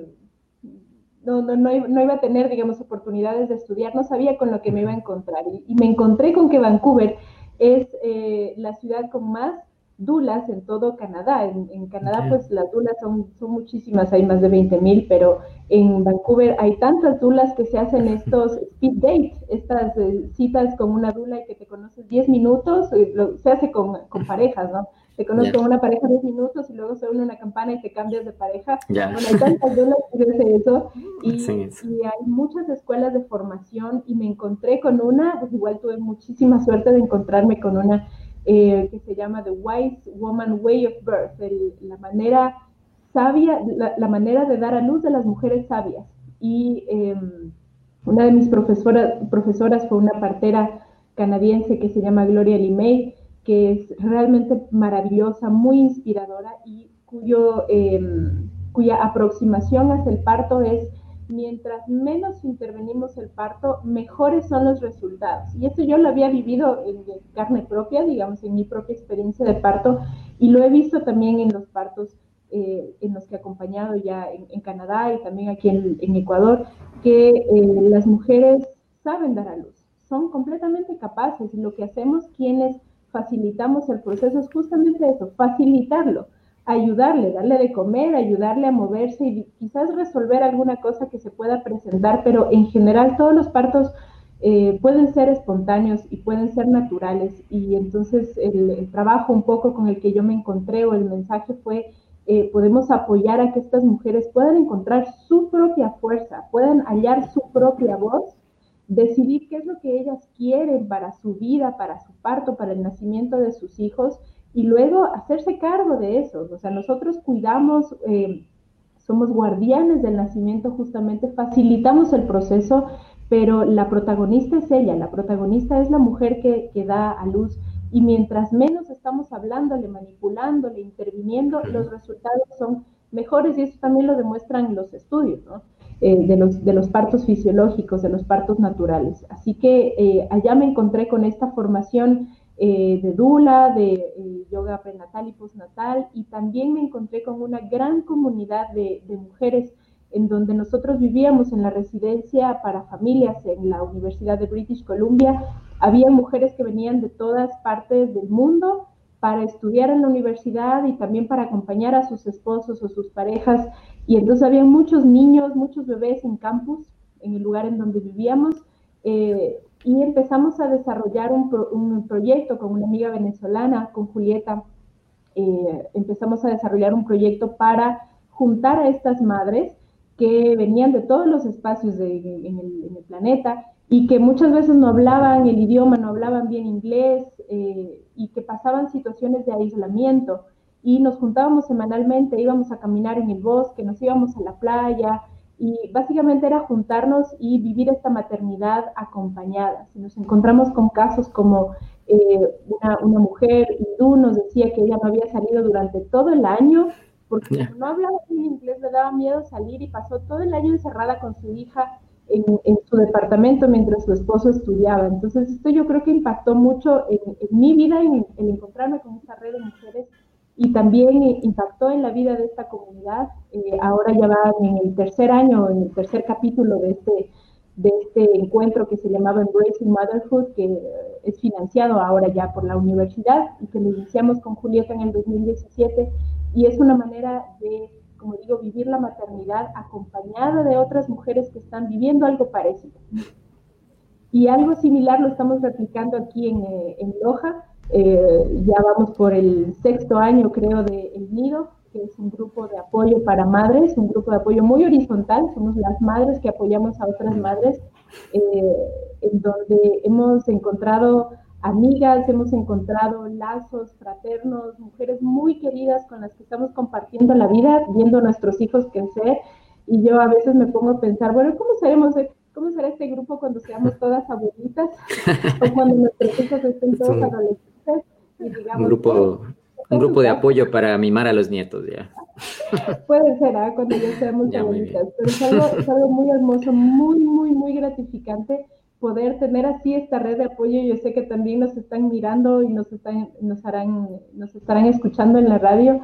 no iba a tener, digamos, oportunidades de estudiar, no sabía con lo que me iba a encontrar, y me encontré con que Vancouver es la ciudad con más dulas en todo Canadá. En Canadá, pues las dulas son muchísimas, hay más de 20,000, pero en Vancouver hay tantas dulas que se hacen estos speed dates, estas citas con una dula y que te conoces 10 minutos, se hace con parejas, ¿no? Te conoces con una pareja 10 minutos y luego se une una campana y te cambias de pareja. Bueno, hay tantas dulas que hace eso, y hay muchas escuelas de formación, y me encontré con una, pues igual tuve muchísima suerte de encontrarme con una que se llama The Wise Woman Way of Birth, la manera sabia, la manera de dar a luz de las mujeres sabias. Y una de mis profesoras fue una partera canadiense que se llama Gloria Limay, que es realmente maravillosa, muy inspiradora, y cuya aproximación hacia el parto es: mientras menos intervenimos el parto, mejores son los resultados. Y esto yo lo había vivido en carne propia, digamos, en mi propia experiencia de parto, y lo he visto también en los partos en los que he acompañado ya en Canadá y también aquí en Ecuador, que las mujeres saben dar a luz, son completamente capaces, y lo que hacemos quienes facilitamos el proceso es justamente eso, facilitarlo, ayudarle, darle de comer, ayudarle a moverse y quizás resolver alguna cosa que se pueda presentar, pero en general todos los partos pueden ser espontáneos y pueden ser naturales. Y entonces el trabajo un poco con el que yo me encontré, o el mensaje fue: podemos apoyar a que estas mujeres puedan encontrar su propia fuerza, puedan hallar su propia voz, decidir qué es lo que ellas quieren para su vida, para su parto, para el nacimiento de sus hijos, y luego hacerse cargo de eso. O sea, nosotros cuidamos, somos guardianes del nacimiento, justamente facilitamos el proceso, pero la protagonista es ella, la protagonista es la mujer que da a luz, y mientras menos estamos hablándole, manipulándole, interviniendo, los resultados son mejores, y eso también lo demuestran los estudios, ¿no? De los partos fisiológicos, de los partos naturales. Así que allá me encontré con esta formación de doula, de yoga prenatal y postnatal, y también me encontré con una gran comunidad de mujeres en donde nosotros vivíamos en la residencia para familias en la Universidad de British Columbia. Había mujeres que venían de todas partes del mundo para estudiar en la universidad y también para acompañar a sus esposos o sus parejas. Y entonces había muchos niños, muchos bebés en campus, en el lugar en donde vivíamos, y empezamos a desarrollar un proyecto con una amiga venezolana, con Julieta. Empezamos a desarrollar un proyecto para juntar a estas madres que venían de todos los espacios en el planeta y que muchas veces no hablaban el idioma, no hablaban bien inglés, y que pasaban situaciones de aislamiento. Y nos juntábamos semanalmente, íbamos a caminar en el bosque, nos íbamos a la playa, y básicamente era juntarnos y vivir esta maternidad acompañada. Si nos encontramos con casos como una mujer hindú nos decía que ella no había salido durante todo el año porque como no hablaba bien inglés, le daba miedo salir, y pasó todo el año encerrada con su hija en su departamento mientras su esposo estudiaba. Entonces esto yo creo que impactó mucho en mi vida, en encontrarme con esta red de mujeres, y también impactó en la vida de esta comunidad. Ahora ya van en el tercer año, en el tercer capítulo de este encuentro que se llamaba Embracing Motherhood, que es financiado ahora ya por la universidad y que lo iniciamos con Julieta en el 2017, y es una manera de, como digo, vivir la maternidad acompañada de otras mujeres que están viviendo algo parecido. Y algo similar lo estamos replicando aquí en Loja. Ya vamos por el 6º año, creo, de El Nido, que es un grupo de apoyo para madres, un grupo de apoyo muy horizontal. Somos las madres que apoyamos a otras madres, en donde hemos encontrado amigas, hemos encontrado lazos fraternos, mujeres muy queridas con las que estamos compartiendo la vida, viendo a nuestros hijos crecer. Y yo a veces me pongo a pensar, bueno, ¿cómo será este grupo cuando seamos todas abuelitas o cuando nuestros hijos estén todos adolescentes? Y digamos, un grupo de apoyo para mimar a los nietos, ya. Puede ser, cuando ya seamos abuelitas, pero es algo muy hermoso, muy, muy, muy gratificante poder tener así esta red de apoyo. Yo sé que también nos están mirando y nos estarán escuchando en la radio,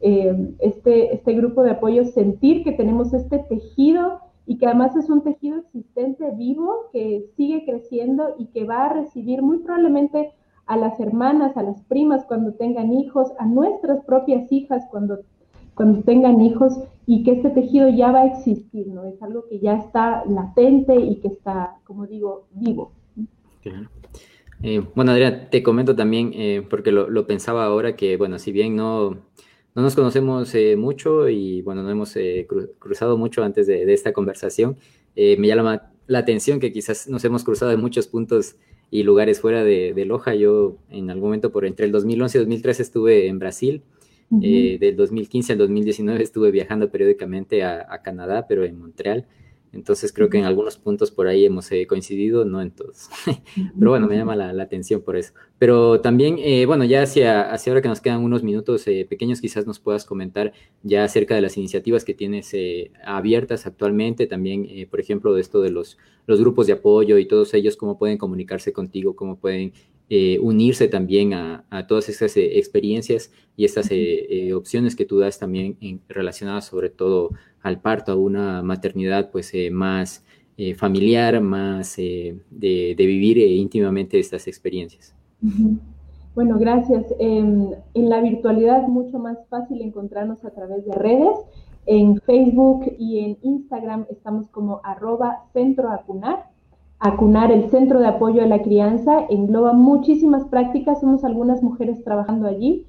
este grupo de apoyo, sentir que tenemos este tejido, y que además es un tejido existente, vivo, que sigue creciendo y que va a recibir muy probablemente a las hermanas, a las primas cuando tengan hijos, a nuestras propias hijas cuando tengan hijos, y que este tejido ya va a existir, ¿no? Es algo que ya está latente y que está, como digo, vivo. Claro. Bueno, Adriana, te comento también, porque lo pensaba ahora, que, bueno, si bien no nos conocemos mucho y, bueno, no hemos cruzado mucho antes de esta conversación, me llama la atención que quizás nos hemos cruzado en muchos puntos y lugares fuera de Loja. Yo en algún momento, entre el 2011 y 2013 estuve en Brasil. Del 2015 al 2019 estuve viajando periódicamente a Canadá, pero en Montreal. Entonces creo que en algunos puntos por ahí hemos coincidido, no en todos. Pero bueno, me llama la atención por eso. Pero también, bueno, ya hacia ahora que nos quedan unos minutos pequeños, quizás nos puedas comentar ya acerca de las iniciativas que tienes abiertas actualmente. También, por ejemplo, de esto de los grupos de apoyo y todos ellos, cómo pueden comunicarse contigo, cómo pueden unirse también a todas estas experiencias y estas opciones que tú das también relacionadas sobre todo al parto, a una maternidad pues más familiar, más de vivir íntimamente estas experiencias. Bueno, gracias. En la virtualidad es mucho más fácil encontrarnos a través de redes. En Facebook y en Instagram estamos como @centroacunar. Acunar, el Centro de Apoyo a la Crianza, engloba muchísimas prácticas. Somos algunas mujeres trabajando allí,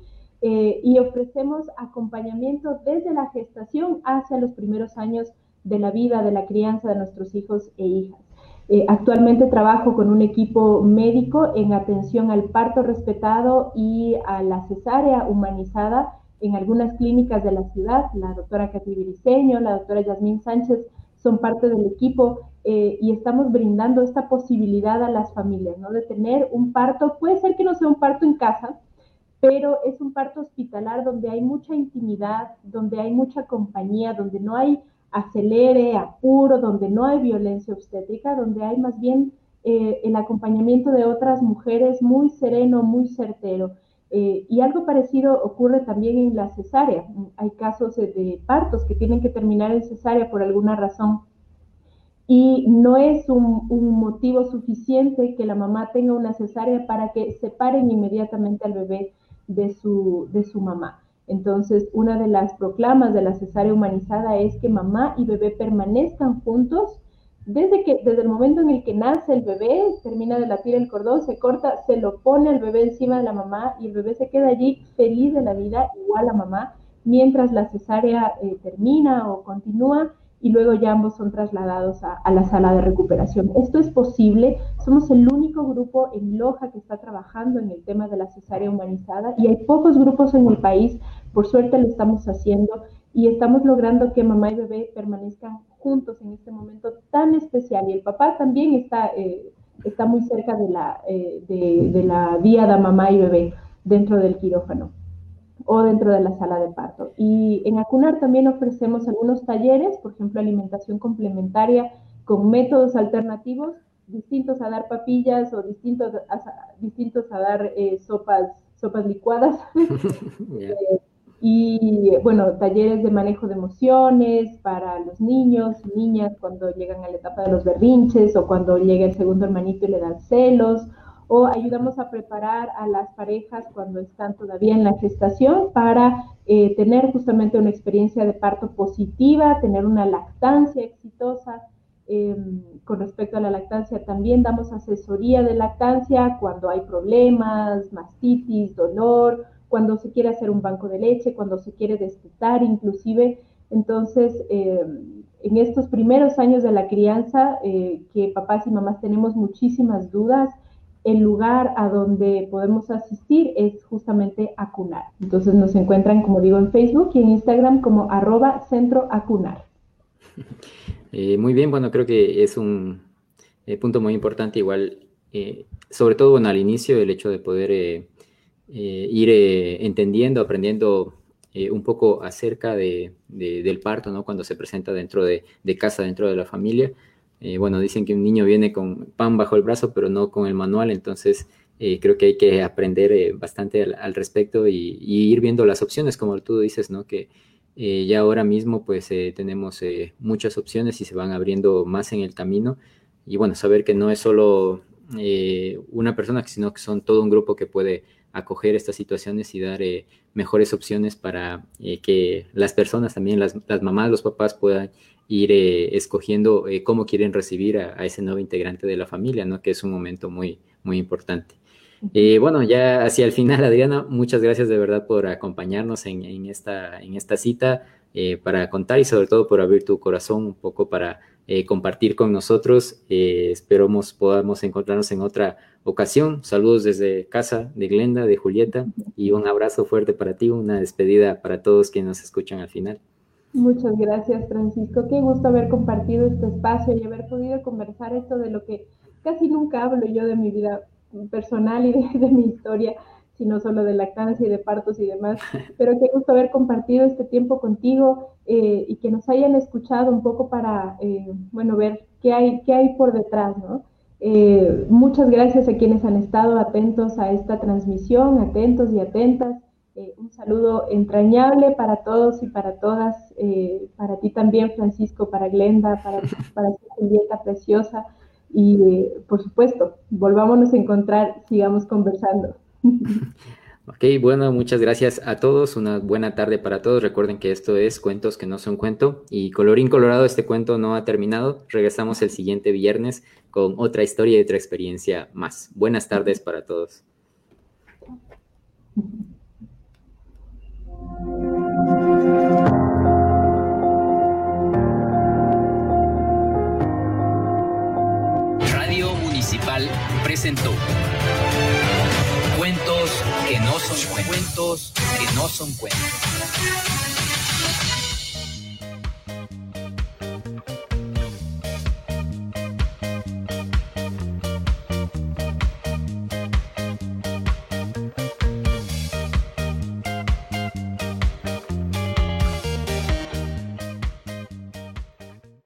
y ofrecemos acompañamiento desde la gestación hacia los primeros años de la vida, de la crianza de nuestros hijos e hijas. Actualmente trabajo con un equipo médico en atención al parto respetado y a la cesárea humanizada en algunas clínicas de la ciudad. La doctora Katy Briceño, la doctora Yasmín Sánchez son parte del equipo, y estamos brindando esta posibilidad a las familias, ¿no? De tener un parto. Puede ser que no sea un parto en casa, pero es un parto hospitalar donde hay mucha intimidad, donde hay mucha compañía, donde no hay acelere, apuro, donde no hay violencia obstétrica, donde hay más bien el acompañamiento de otras mujeres muy sereno, muy certero. Y algo parecido ocurre también en la cesárea. Hay casos de partos que tienen que terminar en cesárea por alguna razón y no es un motivo suficiente que la mamá tenga una cesárea para que separen inmediatamente al bebé de su mamá. Entonces, una de las proclamas de la cesárea humanizada es que mamá y bebé permanezcan juntos desde el momento en el que nace el bebé, termina de latir el cordón, se corta, se lo pone al bebé encima de la mamá y el bebé se queda allí feliz de la vida, igual a mamá, mientras la cesárea termina o continúa, y luego ya ambos son trasladados a la sala de recuperación. Esto es posible, somos el único grupo en Loja que está trabajando en el tema de la cesárea humanizada y hay pocos grupos en el país, por suerte lo estamos haciendo y estamos logrando que mamá y bebé permanezcan juntos en este momento tan especial y el papá también está muy cerca de la diada mamá y bebé dentro del quirófano o dentro de la sala de parto. Y en Acunar también ofrecemos algunos talleres, por ejemplo, alimentación complementaria con métodos alternativos, distintos a dar papillas o distintos a dar sopas licuadas. Yeah. Y bueno, talleres de manejo de emociones para los niños y niñas cuando llegan a la etapa de los berrinches o cuando llega el segundo hermanito y le dan celos, o ayudamos a preparar a las parejas cuando están todavía en la gestación para tener justamente una experiencia de parto positiva, tener una lactancia exitosa. Con respecto a la lactancia, también damos asesoría de lactancia cuando hay problemas, mastitis, dolor, cuando se quiere hacer un banco de leche, cuando se quiere destetar inclusive. Entonces, en estos primeros años de la crianza, que papás y mamás tenemos muchísimas dudas, el lugar a donde podemos asistir es justamente Acunar. Entonces nos encuentran, como digo, en Facebook y en Instagram como @centroacunar. Muy bien, bueno, creo que es un punto muy importante, igual, sobre todo, bueno, al inicio, el hecho de poder ir entendiendo, aprendiendo un poco acerca del parto, ¿no? Cuando se presenta dentro de casa, dentro de la familia. Bueno, dicen que un niño viene con pan bajo el brazo, pero no con el manual, entonces creo que hay que aprender bastante al respecto y ir viendo las opciones, como tú dices, ¿no? Que ya ahora mismo pues tenemos muchas opciones y se van abriendo más en el camino, y bueno, saber que no es solo una persona, sino que son todo un grupo que puede acoger estas situaciones y dar mejores opciones para que las personas también, las mamás, los papás puedan ir escogiendo cómo quieren recibir a ese nuevo integrante de la familia, ¿no? Que es un momento muy, muy importante. Bueno, ya hacia el final, Adriana, muchas gracias de verdad por acompañarnos en esta cita, para contar y sobre todo por abrir tu corazón un poco para compartir con nosotros. Esperamos podamos encontrarnos en otra ocasión. Saludos desde casa de Glenda, de Julieta, y un abrazo fuerte para ti, una despedida para todos quienes nos escuchan al final. Muchas gracias, Francisco. Qué gusto haber compartido este espacio y haber podido conversar esto de lo que casi nunca hablo yo de mi vida personal y de mi historia, sino solo de lactancia y de partos y demás. Pero qué gusto haber compartido este tiempo contigo y que nos hayan escuchado un poco para, bueno, ver qué hay por detrás, ¿no? Muchas gracias a quienes han estado atentos a esta transmisión, atentos y atentas. Un saludo entrañable para todos y para todas, para ti también, Francisco, para Glenda, para Julieta preciosa, y por supuesto, volvámonos a encontrar, sigamos conversando. Ok, bueno, muchas gracias a todos, una buena tarde para todos. Recuerden que esto es Cuentos que no son cuento, y colorín colorado, este cuento no ha terminado. Regresamos el siguiente viernes con otra historia y otra experiencia más. Buenas tardes para todos. Radio Municipal presentó Cuentos que no son cuentos, que no son cuentos.